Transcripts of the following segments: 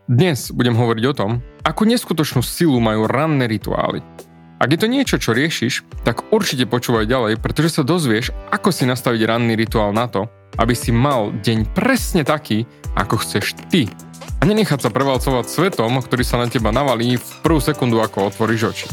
Dnes budem hovoriť o tom, akú neskutočnú silu majú ranné rituály. Ak je to niečo, čo riešiš, tak určite počúvaj ďalej, pretože sa dozvieš, ako si nastaviť ranný rituál na to, aby si mal deň presne taký, ako chceš ty. A nenechať sa prevalcovať svetom, ktorý sa na teba navalí v prvú sekundu, ako otvoríš oči.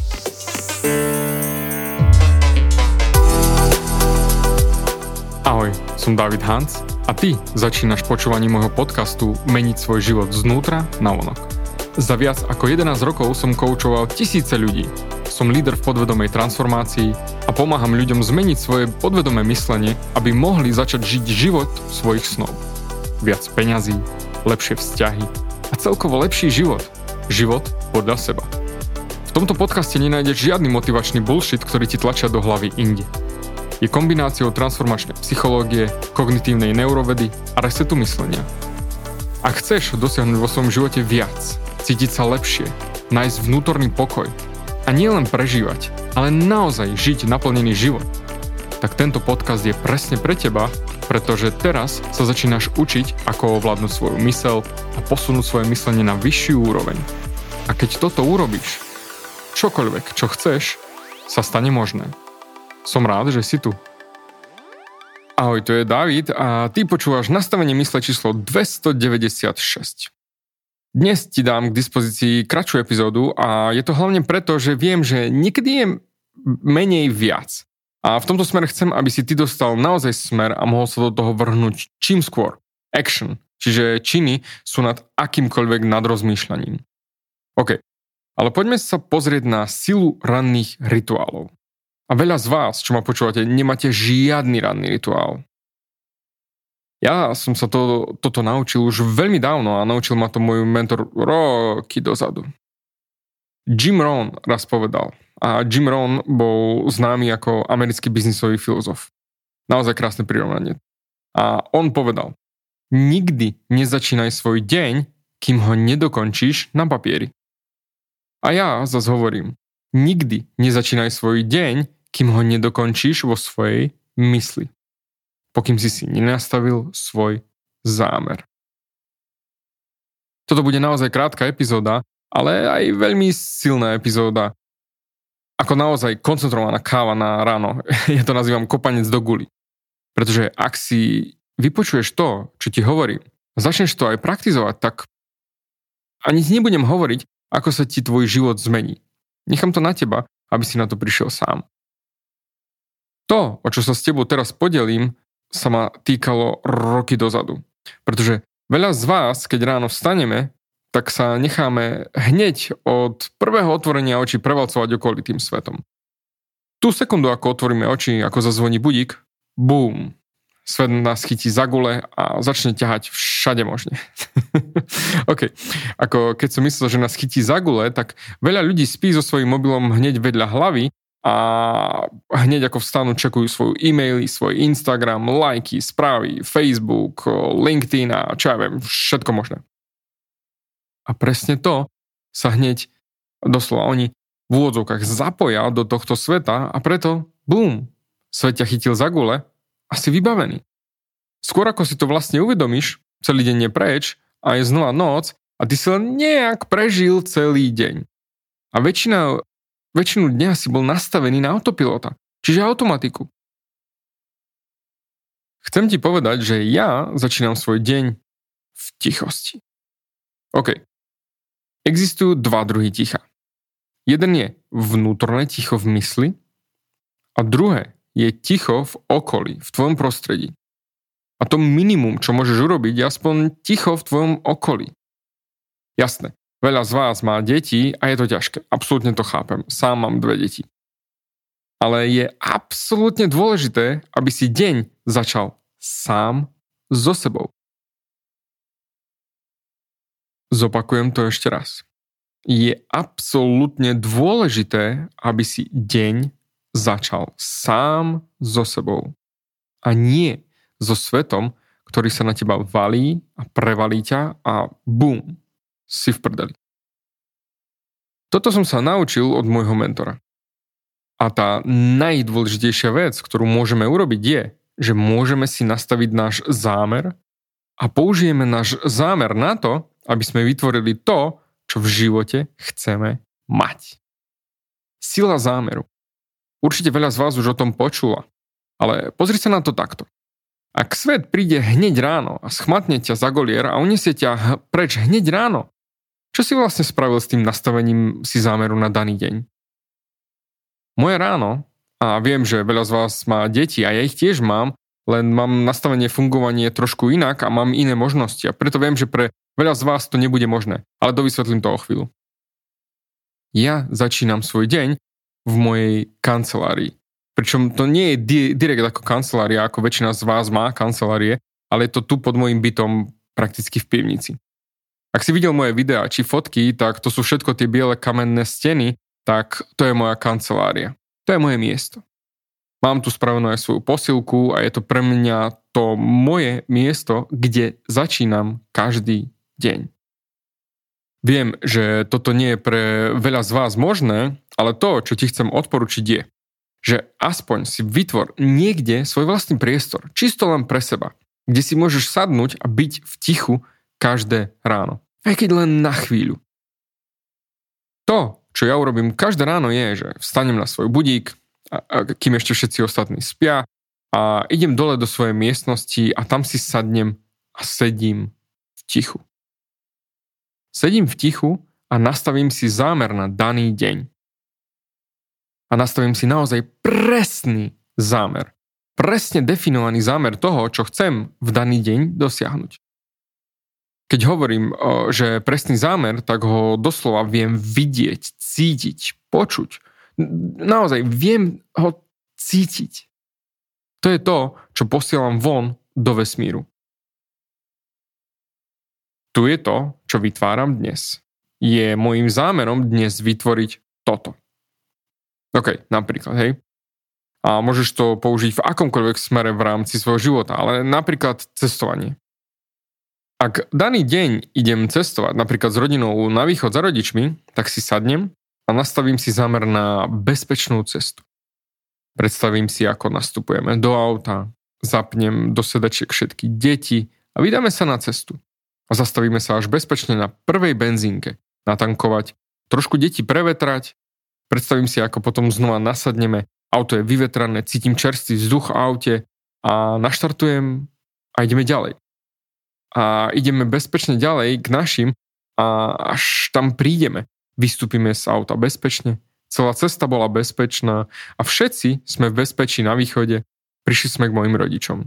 Ahoj, som David Hans a ty začínaš počúvaním môjho podcastu Meniť svoj život znútra na vonok. Za viac ako 11 rokov som koučoval tisíce ľudí. Som líder v podvedomej transformácii a pomáham ľuďom zmeniť svoje podvedomé myslenie, aby mohli začať žiť život svojich snov. Viac peňazí, lepšie vzťahy a celkovo lepší život. Život podľa seba. V tomto podcaste nenájdeš žiadny motivačný bullshit, ktorý ti tlačia do hlavy inde. Je kombináciou transformačnej psychológie, kognitívnej neurovedy a resetu myslenia. Ak chceš dosiahnuť vo svojom živote viac, cítiť sa lepšie, nájsť vnútorný pokoj a nielen prežívať, ale naozaj žiť naplnený život, tak tento podcast je presne pre teba, pretože teraz sa začínaš učiť, ako ovládnuť svoju myseľ a posunúť svoje myslenie na vyššiu úroveň. A keď toto urobíš, čokoľvek, čo chceš, sa stane možné. Som rád, že si tu. Ahoj, to je David a ty počúvaš nastavenie mysle číslo 296. Dnes ti dám k dispozícii kratšiu epizódu a je to hlavne preto, že viem, že niekedy je menej viac. A v tomto smere chcem, aby si ty dostal naozaj smer a mohol sa do toho vrhnúť čím skôr. Action, čiže činy sú nad akýmkoľvek nadrozmýšľaním. OK, ale poďme sa pozrieť na silu ranných rituálov. A veľa z vás, čo ma počúvate, nemáte žiadny ranný rituál. Ja som sa toto naučil už veľmi dávno a naučil ma to môj mentor roky dozadu. Jim Rohn raz povedal, a Jim Rohn bol známy ako americký biznisový filozof. Naozaj krásne prirovnanie. A on povedal, nikdy nezačínaj svoj deň, kým ho nedokončíš na papieri. A ja zase hovorím, nikdy nezačínaj svoj deň, kým ho nedokončíš vo svojej mysli. Pokým si nenastavil svoj zámer. Toto bude naozaj krátka epizóda, ale aj veľmi silná epizóda. Ako naozaj koncentrovaná káva na ráno. Ja to nazývam kopanec do guli. Pretože ak si vypočuješ to, čo ti hovorím, začneš to aj praktizovať, tak ani nebudem hovoriť, ako sa ti tvoj život zmení. Nechám to na teba, aby si na to prišiel sám. To, o čo sa s tebou teraz podelím, sa ma týkalo roky dozadu. Pretože veľa z vás, keď ráno vstaneme, tak sa necháme hneď od prvého otvorenia očí prevalcovať okolitým svetom. Tú sekundu, ako otvoríme oči, ako zazvoní budík, bum, svet nás chytí za gule a začne ťahať všade možne. OK, ako keď som myslel, že nás chytí za gule, tak veľa ľudí spí so svojím mobilom hneď vedľa hlavy a hneď ako vstanú, čekujú svoju e-maily, svoj Instagram, lajky, správy, Facebook, LinkedIn a čo ja viem, všetko možné. A presne to sa hneď, doslova oni v úvodzovkách zapoja do tohto sveta a preto, bum, svet ťa chytil za gule a si vybavený. Skôr ako si to vlastne uvedomíš, celý deň je preč a je znova noc a ty si len nejak prežil celý deň. A väčšinu dňa si bol nastavený na autopilota, čiže automatiku. Chcem ti povedať, že ja začínam svoj deň v tichosti. OK. Existujú dva druhy ticha. Jeden je vnútorné ticho v mysli a druhé je ticho v okolí, v tvojom prostredí. A to minimum, čo môžeš urobiť, je aspoň ticho v tvojom okolí. Jasné. Veľa z vás má deti a je to ťažké. Absolútne to chápem. Sám mám 2 deti. Ale je absolútne dôležité, aby si deň začal sám so sebou. Zopakujem to ešte raz. Je absolútne dôležité, aby si deň začal sám so sebou. A nie so svetom, ktorý sa na teba valí a prevalí ťa a bum, si v prdeli. Toto som sa naučil od môjho mentora. A tá najdôležitejšia vec, ktorú môžeme urobiť je, že môžeme si nastaviť náš zámer a použijeme náš zámer na to, aby sme vytvorili to, čo v živote chceme mať. Sila zámeru. Určite veľa z vás už o tom počula, ale pozri sa na to takto. Ak svet príde hneď ráno a schmatne ťa za golier a uniesie ťa preč hneď ráno, čo si vlastne spravil s tým nastavením si zámeru na daný deň? Moje ráno, a viem, že veľa z vás má deti a ja ich tiež mám, len mám nastavenie fungovanie trošku inak a mám iné možnosti a preto viem, že pre veľa z vás to nebude možné, ale dovysvetlím to o chvíľu. Ja začínam svoj deň v mojej kancelárii. Pričom to nie je direkt ako kancelária, ako väčšina z vás má kancelárie, ale je to tu pod môjim bytom prakticky v pivnici. Ak si videl moje videá či fotky, tak to sú všetko tie biele kamenné steny, tak to je moja kancelária. To je moje miesto. Mám tu spravenú aj svoju posilku a je to pre mňa to moje miesto, kde začínam každý deň. Viem, že toto nie je pre veľa z vás možné, ale to, čo ti chcem odporučiť je, že aspoň si vytvor niekde svoj vlastný priestor, čisto len pre seba, kde si môžeš sadnúť a byť v tichu každé ráno. Aj keď len na chvíľu. To, čo ja urobím každé ráno je, že vstanem na svoj budík, kým ešte všetci ostatní spia a idem dole do svojej miestnosti a tam si sadnem a sedím v tichu. Sedím v tichu a nastavím si zámer na daný deň. A nastavím si naozaj presný zámer. Presne definovaný zámer toho, čo chcem v daný deň dosiahnuť. Keď hovorím, že presný zámer, tak ho doslova viem vidieť, cítiť, počuť. Naozaj viem ho cítiť. To je to, čo posielam von do vesmíru. Tu je to, čo vytváram dnes. Je môjim zámerom dnes vytvoriť toto. OK, napríklad, hej. A môžeš to použiť v akomkoľvek smere v rámci svojho života, ale napríklad cestovanie. Ak daný deň idem cestovať, napríklad s rodinou na východ za rodičmi, tak si sadnem a nastavím si zámer na bezpečnú cestu. Predstavím si, ako nastupujeme do auta, zapnem do sedačiek všetky deti a vydáme sa na cestu. A zastavíme sa až bezpečne na prvej benzínke, natankovať, trošku deti prevetrať. Predstavím si, ako potom znova nasadneme, auto je vyvetrané, cítim čerstvý vzduch v aute a naštartujem a ideme ďalej. A ideme bezpečne ďalej k našim a až tam prídeme. Vystúpime z auta bezpečne, celá cesta bola bezpečná a všetci sme v bezpečí na východe, prišli sme k mojim rodičom.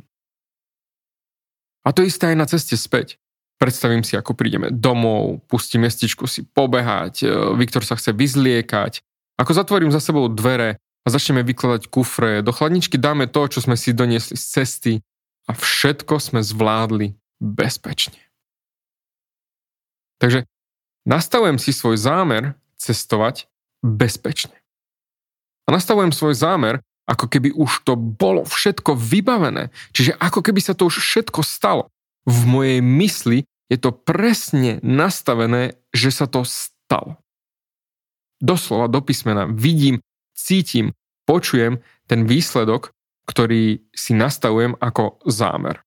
A to isté aj na ceste späť. Predstavím si, ako prídeme domov, pustím mestičku si pobehať, Viktor sa chce vyzliekať, ako zatvorím za sebou dvere a začneme vykladať kufre, do chladničky dáme to, čo sme si doniesli z cesty a všetko sme zvládli bezpečne. Takže nastavujem si svoj zámer cestovať bezpečne. A nastavujem svoj zámer, ako keby už to bolo všetko vybavené. Čiže ako keby sa to už všetko stalo. V mojej mysli je to presne nastavené, že sa to stalo. Doslova do písmena vidím, cítim, počujem ten výsledok, ktorý si nastavujem ako zámer.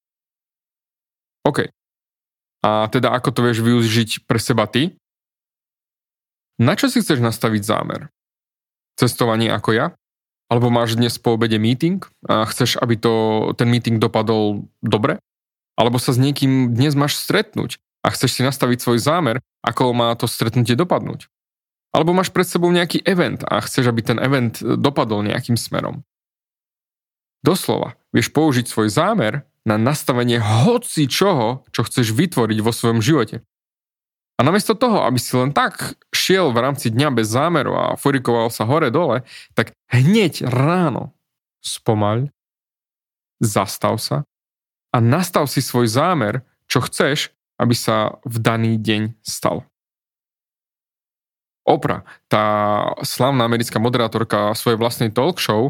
OK. A teda ako to vieš využiť pre seba ty? Na čo si chceš nastaviť zámer? Cestovanie ako ja? Alebo máš dnes po obede meeting a chceš, aby ten meeting dopadol dobre? Alebo sa s niekým dnes máš stretnúť a chceš si nastaviť svoj zámer, ako má to stretnutie dopadnúť? Alebo máš pred sebou nejaký event a chceš, aby ten event dopadol nejakým smerom? Doslova, vieš použiť svoj zámer na nastavenie hoci čoho, čo chceš vytvoriť vo svojom živote. A namiesto toho, aby si len tak šiel v rámci dňa bez zámeru a furikoval sa hore-dole, tak hneď ráno spomaľ, zastav sa a nastav si svoj zámer, čo chceš, aby sa v daný deň stalo. Oprah, tá slávna americká moderátorka svojej vlastnej talk show,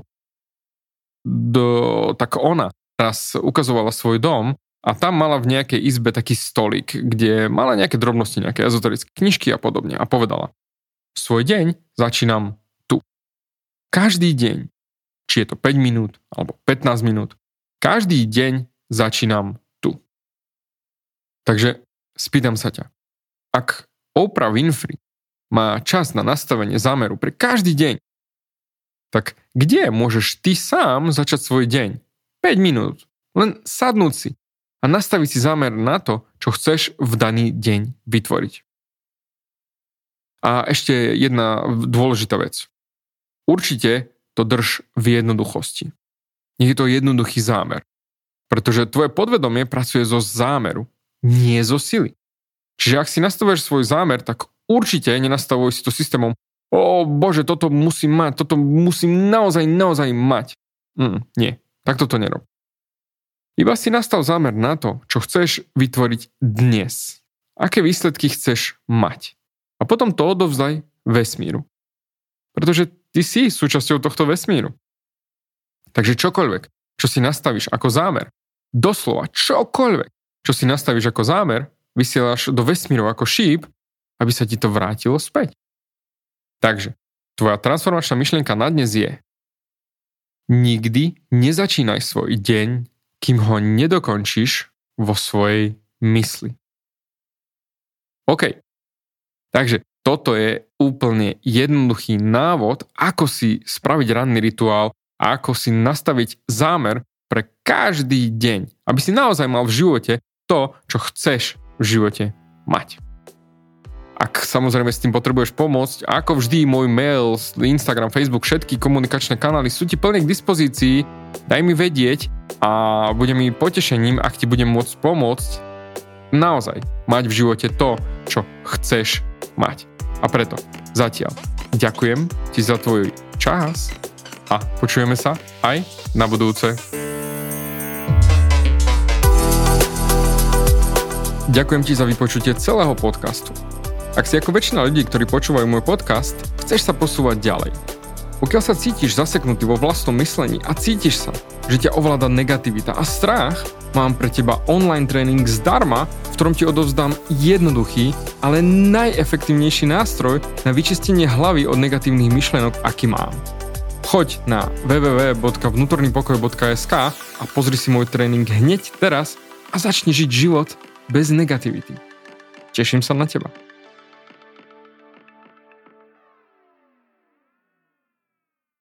tak ona raz ukazovala svoj dom a tam mala v nejakej izbe taký stolík, kde mala nejaké drobnosti, nejaké ezoterické knižky a podobne a povedala: svoj deň začínam tu. Každý deň, či je to 5 minút alebo 15 minút, každý deň začínam tu. Takže spýtam sa ťa. Ak Oprah Winfrey má čas na nastavenie zámeru pre každý deň, tak kde môžeš ty sám začať svoj deň? 5 minút. Len sadnúť si a nastaviť si zámer na to, čo chceš v daný deň vytvoriť. A ešte jedna dôležitá vec. Určite to drž v jednoduchosti. Nech je to jednoduchý zámer. Pretože tvoje podvedomie pracuje zo zámeru, nie zo sily. Čiže ak si nastavuješ svoj zámer, tak určite nenastavuj si to systémom Bože, toto musím mať, toto musím naozaj mať. Nie, takto to nerob. Iba si nastav zámer na to, čo chceš vytvoriť dnes. Aké výsledky chceš mať. A potom to odovzdaj vesmíru. Pretože ty si súčasťou tohto vesmíru. Takže čokoľvek, čo si nastavíš ako zámer, doslova čokoľvek, čo si nastavíš ako zámer, vysielaš do vesmíru ako šíp, aby sa ti to vrátilo späť. Takže, tvoja transformačná myšlienka na dnes je: nikdy nezačínaj svoj deň, kým ho nedokončíš vo svojej mysli. OK. Takže toto je úplne jednoduchý návod, ako si spraviť ranný rituál a ako si nastaviť zámer pre každý deň, aby si naozaj mal v živote to, čo chceš v živote mať. Ak samozrejme s tým potrebuješ pomôcť, ako vždy môj mail, Instagram, Facebook, všetky komunikačné kanály sú ti plne k dispozícii, daj mi vedieť a bude mi potešením, ak ti budem môcť pomôcť naozaj mať v živote to, čo chceš mať. A preto zatiaľ ďakujem ti za tvoj čas a počujeme sa aj na budúce. Ďakujem ti za vypočutie celého podcastu. Ak si ako väčšina ľudí, ktorí počúvajú môj podcast, chceš sa posúvať ďalej. Pokiaľ sa cítiš zaseknutý vo vlastnom myslení a cítiš sa, že ťa ovláda negativita a strach, mám pre teba online tréning zdarma, v ktorom ti odovzdám jednoduchý, ale najefektívnejší nástroj na vyčistenie hlavy od negatívnych myšlienok, aký mám. Choď na www.vnutornypokoj.sk a pozri si môj tréning hneď teraz a začni žiť život bez negativity. Teším sa na teba.